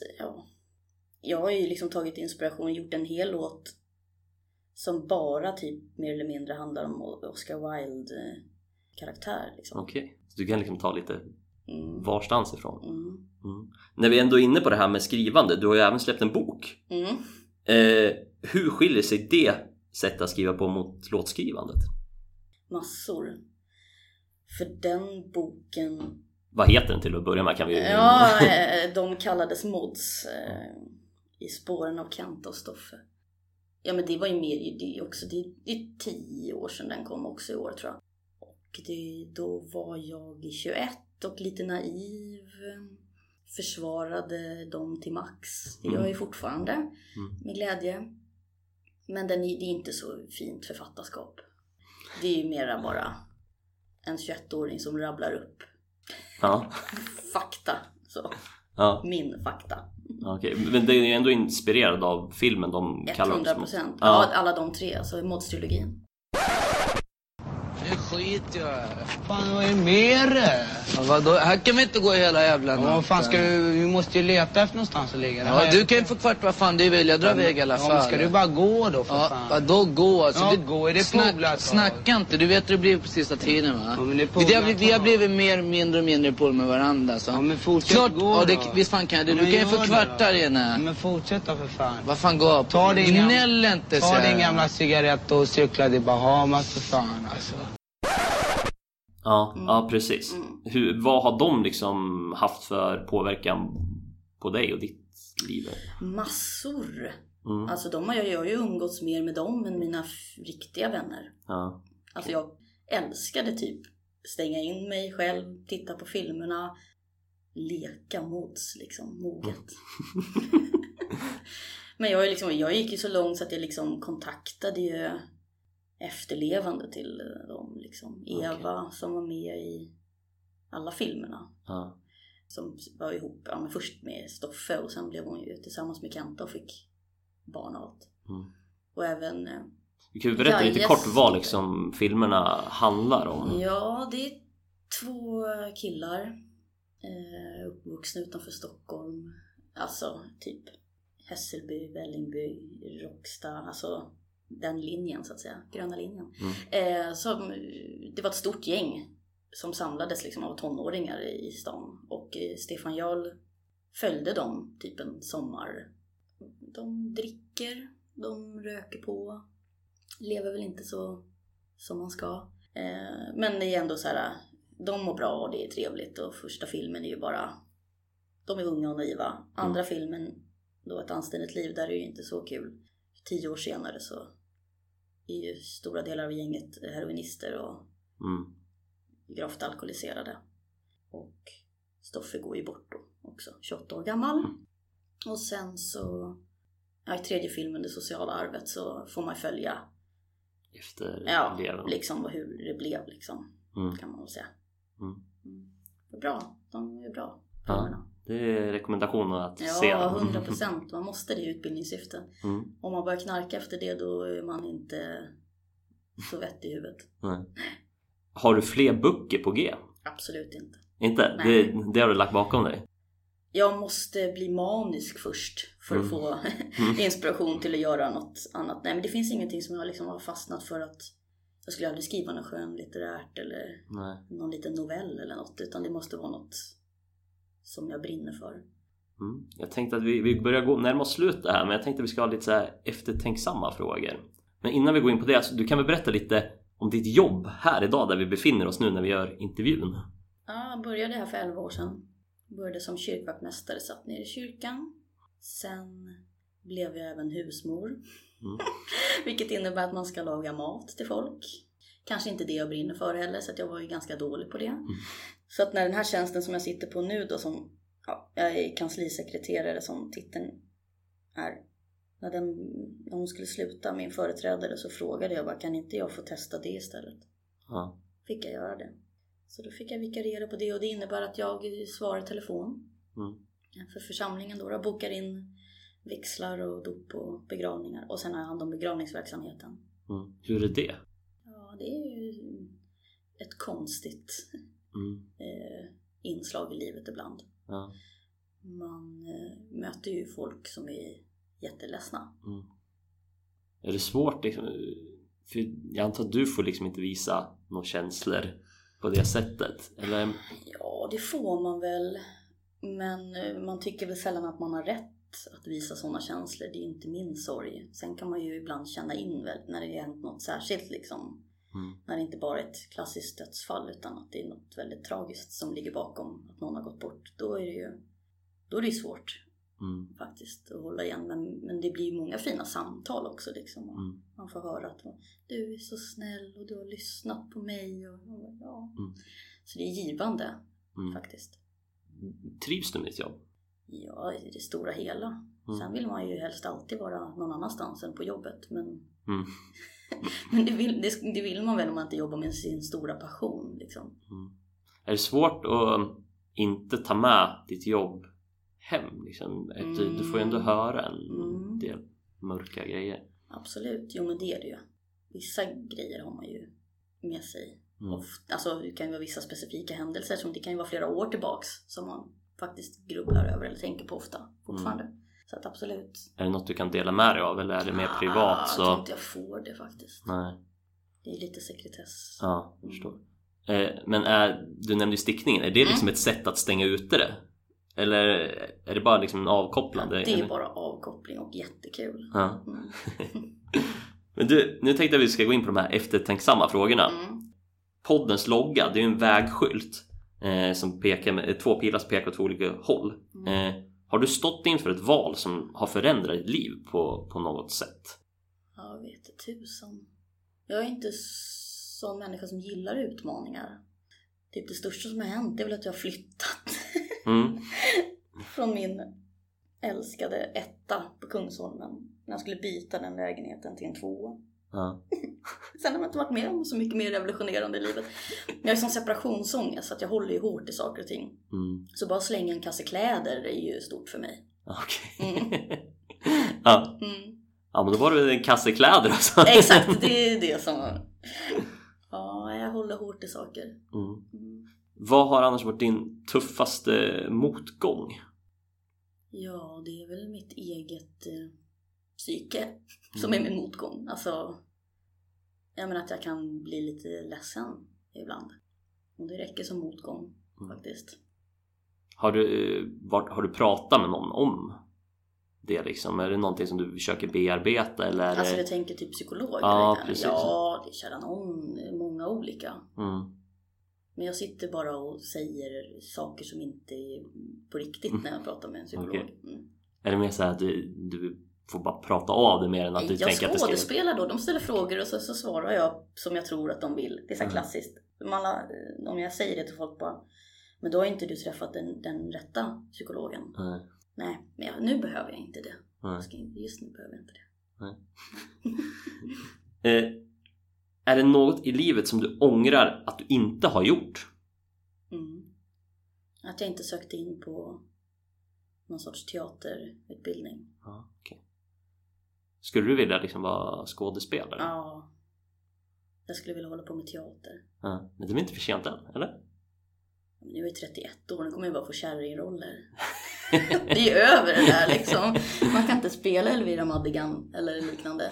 jag har ju liksom tagit inspiration och gjort en hel låt som bara typ mer eller mindre handlar om Oscar Wilde karaktär liksom. Okej. Så du kan liksom ta lite varstans ifrån. När vi ändå är inne på det här med skrivande, du har ju även släppt en bok. Hur skiljer sig det sättet att skriva på mot låtskrivandet? Massor. För den boken... Vad heter den till att börja med? Kan vi... Ja, de kallades mods i spåren av Kent och Stoffe. Ja, men det var ju mer det också. Det är 10 år sedan den kom också i år tror jag. Och då var jag 21 och lite naiv. Försvarade dem till max. Det gör jag ju fortfarande med glädje. Men det är inte så fint författarskap. Det är ju mera bara en 21-åring som rabblar upp fakta. Så. Ja. Min fakta. Okej. Men det är ju ändå inspirerad av filmen de kallar 100%. Ja, alla de 3, alltså modstrilogin. Nu skiter jag. Fan, vad är det med det? Ja, vadå? Här kan vi inte gå hela jävla natten. Vad fan ska vi måste ju leta efter någonstans att ligga. Ja, du kan ju få kvart vad fan du vill. Jag drar iväg i alla fall. Ja, ska du bara gå då för fan? Vadå gå? Alltså, ja, gå. Är det polat? Snacka inte. Du vet hur det blir på sista tiden, va? Ja, men det är polat, vi har blivit mindre och mindre på med varandra. Så. Ja, men fortsätt snart, gå då. Visst fan kan du. Du kan ju få kvartar igen. Ja, men fortsätt då för fan. Vad fan gå? Ta din gamla cigarett och cykla till Bahamas för fan, alltså. Ja, precis. Vad har de liksom haft för påverkan på dig och ditt liv? Massor. Alltså jag har ju umgåtts mer med dem än mina riktiga vänner. Ja. Alltså jag älskade typ stänga in mig själv, titta på filmerna, leka mods liksom, moget. Men jag gick ju så långt så att jag liksom kontaktade ju efterlevande till dem liksom. Eva som var med i alla filmerna. Som var ihop först med Stoffe och sen blev hon ju tillsammans med Kenta och fick barn och allt. Och även vi kan ju berätta lite kort vad liksom filmerna handlar om. Ja, det är 2 killar uppvuxna utanför Stockholm. Alltså typ Hässelby, Vällingby, Råcksta, alltså den linjen så att säga, gröna linjen. Det var ett stort gäng som samlades liksom av tonåringar i stan. Och Stefan Jarl följde dem typ en sommar. De dricker, de röker på, lever väl inte så som man ska. Men det är ändå så här, de mår bra och det är trevligt. Och första filmen är ju bara, de är unga och naiva. Andra filmen, då Ett anständigt liv, där är det ju inte så kul. 10 år senare så är ju stora delar av gänget heroinister och gravt alkoholiserade. Och Stoffe går ju bort då också, 28 år gammal. Och sen så i 3:e filmen, Det sociala arvet, så får man följa efter liksom hur det blev liksom, kan man väl säga. Det är bra, de är bra filmerna. Det är rekommendationer att se. Ja, 100%. Man måste det i utbildningssyfte. Om man börjar knarka efter det, då är man inte så vett i huvudet. Nej. Har du fler böcker på G? Absolut inte. Inte? Nej. Det har du lagt bakom dig? Jag måste bli manisk först för att få inspiration till att göra något annat. Nej, men det finns ingenting som jag liksom har fastnat för att jag skulle aldrig skriva något skönlitterärt eller någon liten novell eller något. Utan det måste vara något som jag brinner för. Jag tänkte att vi börjar närma oss slutet här, men jag tänkte att vi ska ha lite så här eftertänksamma frågor. Men innan vi går in på det, så du kan väl berätta lite om ditt jobb här idag där vi befinner oss nu när vi gör intervjun. Ja, jag började här för 11 år sedan. Började som kyrkvaktmästare, satt ner i kyrkan. Sen blev jag även husmor. Vilket innebär att man ska laga mat till folk. Kanske inte det jag brinner för heller, så att jag var ju ganska dålig på det. Så att när den här tjänsten som jag sitter på nu då, som jag är kanslisekreterare som titeln är. När hon skulle sluta, min företrädare, så frågade jag bara, kan inte jag få testa det istället? Ja. Fick jag göra det. Så då fick jag vikariera på det, och det innebär att jag svarar telefon för församlingen då. Jag bokar in växlar och dop och begravningar, och sen har jag hand om begravningsverksamheten. Hur är det? Ja, det är ju ett konstigt inslag i livet ibland. Ja. Man möter ju folk som är jätteledsna. Är det svårt liksom, för jag antar att du får liksom inte visa några känslor på det sättet, eller? Ja, det får man väl, men man tycker väl sällan att man har rätt att visa sådana känslor. Det är inte min sorg. Sen kan man ju ibland känna in väl när det har hänt något särskilt liksom. När det inte bara är ett klassiskt dödsfall, utan att det är något väldigt tragiskt som ligger bakom att någon har gått bort. Då är det svårt faktiskt att hålla igen. Men det blir många fina samtal också liksom. Man får höra att du är så snäll och du har lyssnat på mig och Så det är givande faktiskt. Trivs du med ditt jobb? Ja, i det stora hela. Sen vill man ju helst alltid vara någon annanstans än på jobbet. Men det vill man väl om man inte jobbar med sin stora passion liksom. Är det svårt att inte ta med ditt jobb hem liksom? Du får ju ändå höra en del mörka grejer. Absolut, jo men det är det ju. Vissa grejer har man ju med sig. Alltså det kan ju vara vissa specifika händelser som det kan ju vara flera år tillbaks som man faktiskt grubblar över eller tänker på ofta fortfarande. Så att absolut. Är det något du kan dela med dig av, eller är det mer privat? Jag tror inte jag får det faktiskt. Nej. Det är lite sekretess. Ja, jag förstår. Men du nämnde ju stickningen. Är det liksom ett sätt att stänga ute det? Eller är det bara liksom avkopplande? Det är bara avkoppling och jättekul. Ja. Men du, nu tänkte jag att vi ska gå in på de här eftertänksamma frågorna. Poddens logga, det är ju en vägskylt som pekar med två pilar som pekar åt två olika håll. Har du stått inför ett val som har förändrat ditt liv på något sätt? Jag vet inte tusan. Jag är inte sån människa som gillar utmaningar. Typ det största som har hänt är väl att jag har flyttat. Från min älskade etta på Kungsholmen. När jag skulle byta den lägenheten till en 2. Sen har man inte varit med om så mycket mer revolutionerande i livet. Jag är som separationsångest, så att jag håller ju hårt i saker och ting. Så bara slänga en kasse kläder är ju stort för mig. Okej. Ja, men då var det en kasse kläder alltså. Exakt, det är det som... Ja, jag håller hårt i saker. Vad har annars varit din tuffaste motgång? Ja, det är väl mitt eget psyke som är min motgång. Alltså, jag menar att jag kan bli lite ledsen ibland. Och det räcker som motgång faktiskt. Har du pratat med någon om det liksom? Är det någonting som du försöker bearbeta? Eller? Alltså jag tänker typ psykolog. Ja, precis. Ja, det är kära någon, många olika. Men jag sitter bara och säger saker som inte är på riktigt när jag pratar med en psykolog. Okay. Är det mer så här att du får bara prata av det mer än att du tänker att det ska... Jag skådespelar då. De ställer frågor och så svarar jag som jag tror att de vill. Det är så här klassiskt. Om jag säger det till folk bara, men då har inte du träffat den rätta psykologen. Nej, men nu behöver jag inte det. Just nu behöver jag inte det. Är det något i livet som du ångrar att du inte har gjort? Att jag inte sökte in på någon sorts teaterutbildning. Okay. Skulle du vilja liksom vara skådespelare? Ja. Jag skulle vilja hålla på med teater. Men det är inte för sent än, eller? Nu är jag 31 år, nu kommer jag bara få kärringroller. Det är över det där liksom. Man kan inte spela Elvira Madigan eller liknande.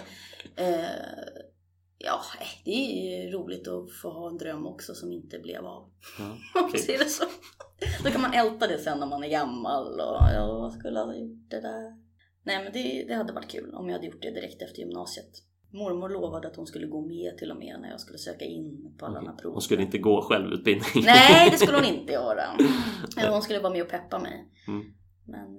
Ja, det är roligt att få ha en dröm också som inte blev av. Okay. Ser det så? Då kan man älta det sen när man är gammal. Och jag skulle ha gjort det där. Nej, men det hade varit kul om jag hade gjort det direkt efter gymnasiet. Mormor lovade att hon skulle gå med till och med när jag skulle söka in på alla de här proven. Hon skulle inte gå självutbildning. Nej, det skulle hon inte göra. Hon skulle vara med och peppa mig. Men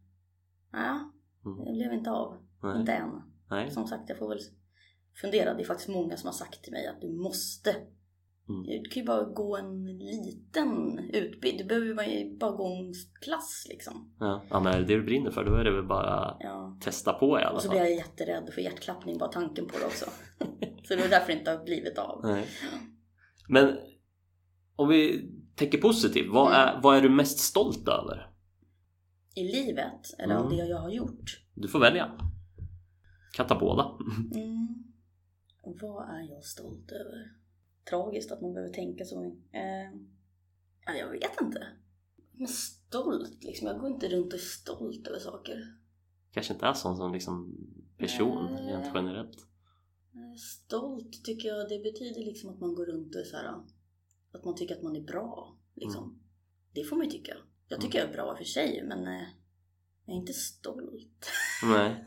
det blev inte av. Nej. Inte än. Nej. Som sagt, jag får väl fundera. Det är faktiskt många som har sagt till mig att du måste. Du kan ju bara gå en liten utbildning. Du behöver ju bara gå en klass liksom. Ja, men är det du brinner för, då är det väl bara testa på i alla fall. Och så blir jag jätterädd för hjärtklappning, bara tanken på det också. Så det är därför det inte har blivit av. Nej. Men om vi tänker positivt, vad är du mest stolt över? I livet? Eller av det jag har gjort? Du får välja. Kan ta båda. Vad är jag stolt över? Tragiskt att man behöver tänka så. Jag vet inte. Men stolt liksom. Jag går inte runt och är stolt över saker. Kanske inte är sån som liksom person rent generellt. Stolt tycker jag det betyder liksom att man går runt och är så här, att man tycker att man är bra liksom. Det får man ju tycka. Jag tycker jag är bra för sig, men jag är inte stolt. Nej.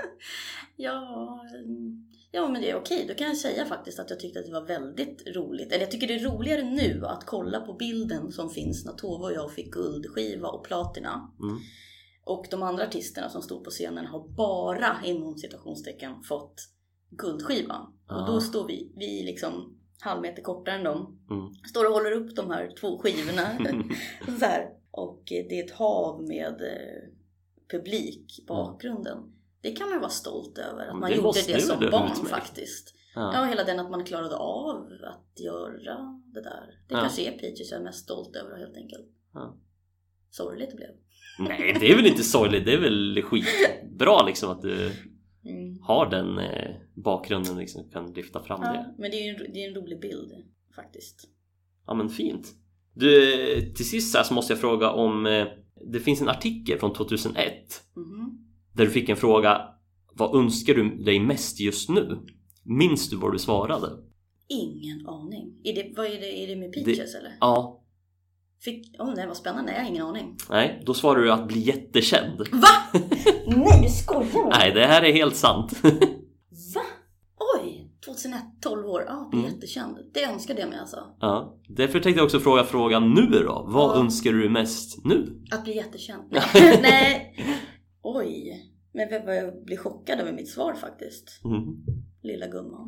Ja, men det är okej. Då kan jag säga faktiskt att jag tyckte att det var väldigt roligt. Eller jag tycker det är roligare nu att kolla på bilden som finns när Tove och jag fick guldskiva och platina. Och de andra artisterna som stod på scenen har bara inom citationstecken fått guldskiva. Och då står vi liksom halvmeter kortare än dem. Står och håller upp de här 2 skivorna. Så här. Och det är ett hav med publik i bakgrunden. Det kan man vara stolt över. Att man gjorde det som barn faktiskt. Ja, hela den att man klarade av att göra det där. Det kanske är Peaches jag är mest stolt över helt enkelt. Sorgligt det blev. Nej, det är väl inte sorgligt. Det är väl skitbra liksom att du har den bakgrunden liksom, kan lyfta fram det. Men det är en rolig bild faktiskt. Ja, men fint. Du, till sist så måste jag fråga om det finns en artikel från 2001 där du fick en fråga: vad önskar du dig mest just nu? Minns du vad du svarade? Ingen aning. Är det med Peaches eller? Ja. Nej, vad spännande. Jag har ingen aning. Nej, då svarar du att bli jättekänd. Va? Nej, du skojar. Nej, det här är helt sant. Va? Oj, 2001, 12 år. Bli jättekänd. Det önskade jag mig alltså. Ja, därför tänkte jag också fråga frågan nu då. Vad önskar du mest nu? Att bli jättekänd. Nej. Oj. Men jag blir chockad över mitt svar faktiskt. Lilla gumman.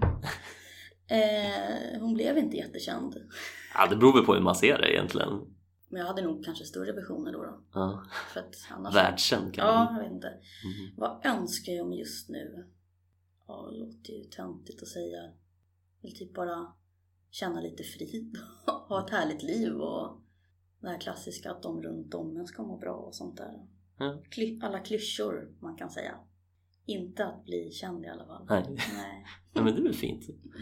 Hon blev inte jättekänd. Ja, det beror väl på hur man ser det egentligen. Men jag hade nog kanske större versioner då. Ja. För att annars... Världskänd kan man. Ja, jag vet inte. Vad önskar jag mig just nu? Ja, det låter ju töntigt att säga. Jag vill typ bara känna lite frid. Ha ett härligt liv. Och det här klassiska att de runt om en ska må bra och sånt där. Alla klyschor man kan säga. Inte att bli känd i alla fall. Nej. Ja, men det är väl fint.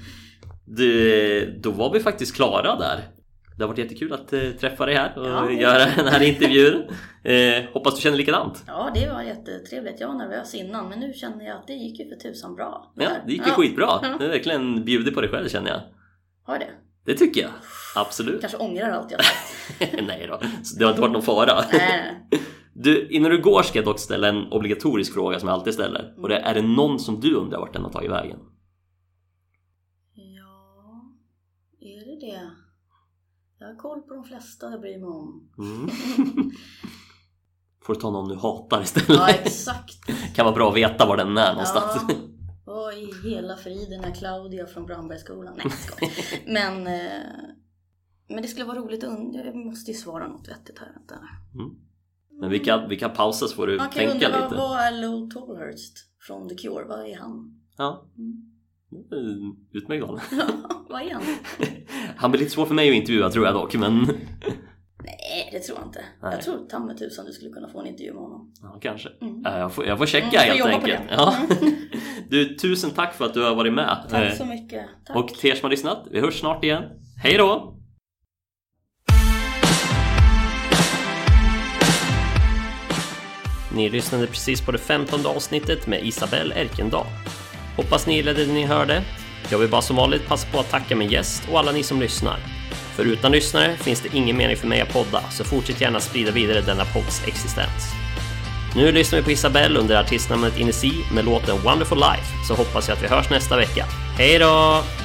Då var vi faktiskt klara där. Det har varit jättekul att träffa dig här och göra den här intervjun. Hoppas du känner likadant. Ja, det var jättetrevligt. Jag var nervös innan, men nu känner jag att det gick ju för tusan bra. Ja, det gick ju skitbra. Det är verkligen bjuder på dig själv, känner jag. Har det? Det tycker jag. Absolut. Kanske ångrar allt jag sagt. Nej då, det har inte varit någon fara. Nej. Du, innan du går ska jag dock ställa en obligatorisk fråga som jag alltid ställer. Och det är det någon som du undrar vart den har tagit vägen? Ja, är det? Jag har koll på de flesta jag bryr mig om. Får du ta någon du hatar istället? Ja, exakt. Kan vara bra att veta var den är någonstans. Ja. Och i hela friden är Claudia från Brandbergsskolan. Nej, skoj. Men det skulle vara roligt att jag måste ju svara något vettigt här. Men vi kan pausa så får du tänka lite. Vad är Lowell Tolhurst från The Cure? Vad är han? Ja. Utmärkt val. Vad är han? Han blir lite svår för mig att intervjua, tror jag dock, men... Nej, det tror jag inte. Nej. Jag tror tamme tusan du skulle kunna få en intervju med honom. Ja, kanske. Jag får checka helt enkelt. Ja. Du, tusen tack för att du har varit med. Tack så mycket. Tack. Och till er som har lyssnat, vi hörs snart igen. Hej då! Ni lyssnade precis på det 15:e avsnittet med Isabelle Erkendal. Hoppas ni gillade det ni hörde. Jag vill bara som vanligt passa på att tacka min gäst och alla ni som lyssnar. För utan lyssnare finns det ingen mening för mig att podda, så fortsätt gärna sprida vidare denna podds existens. Nu lyssnar vi på Isabelle under artistnamnet Inesee med låten Wonderful Life, så hoppas jag att vi hörs nästa vecka. Hej då!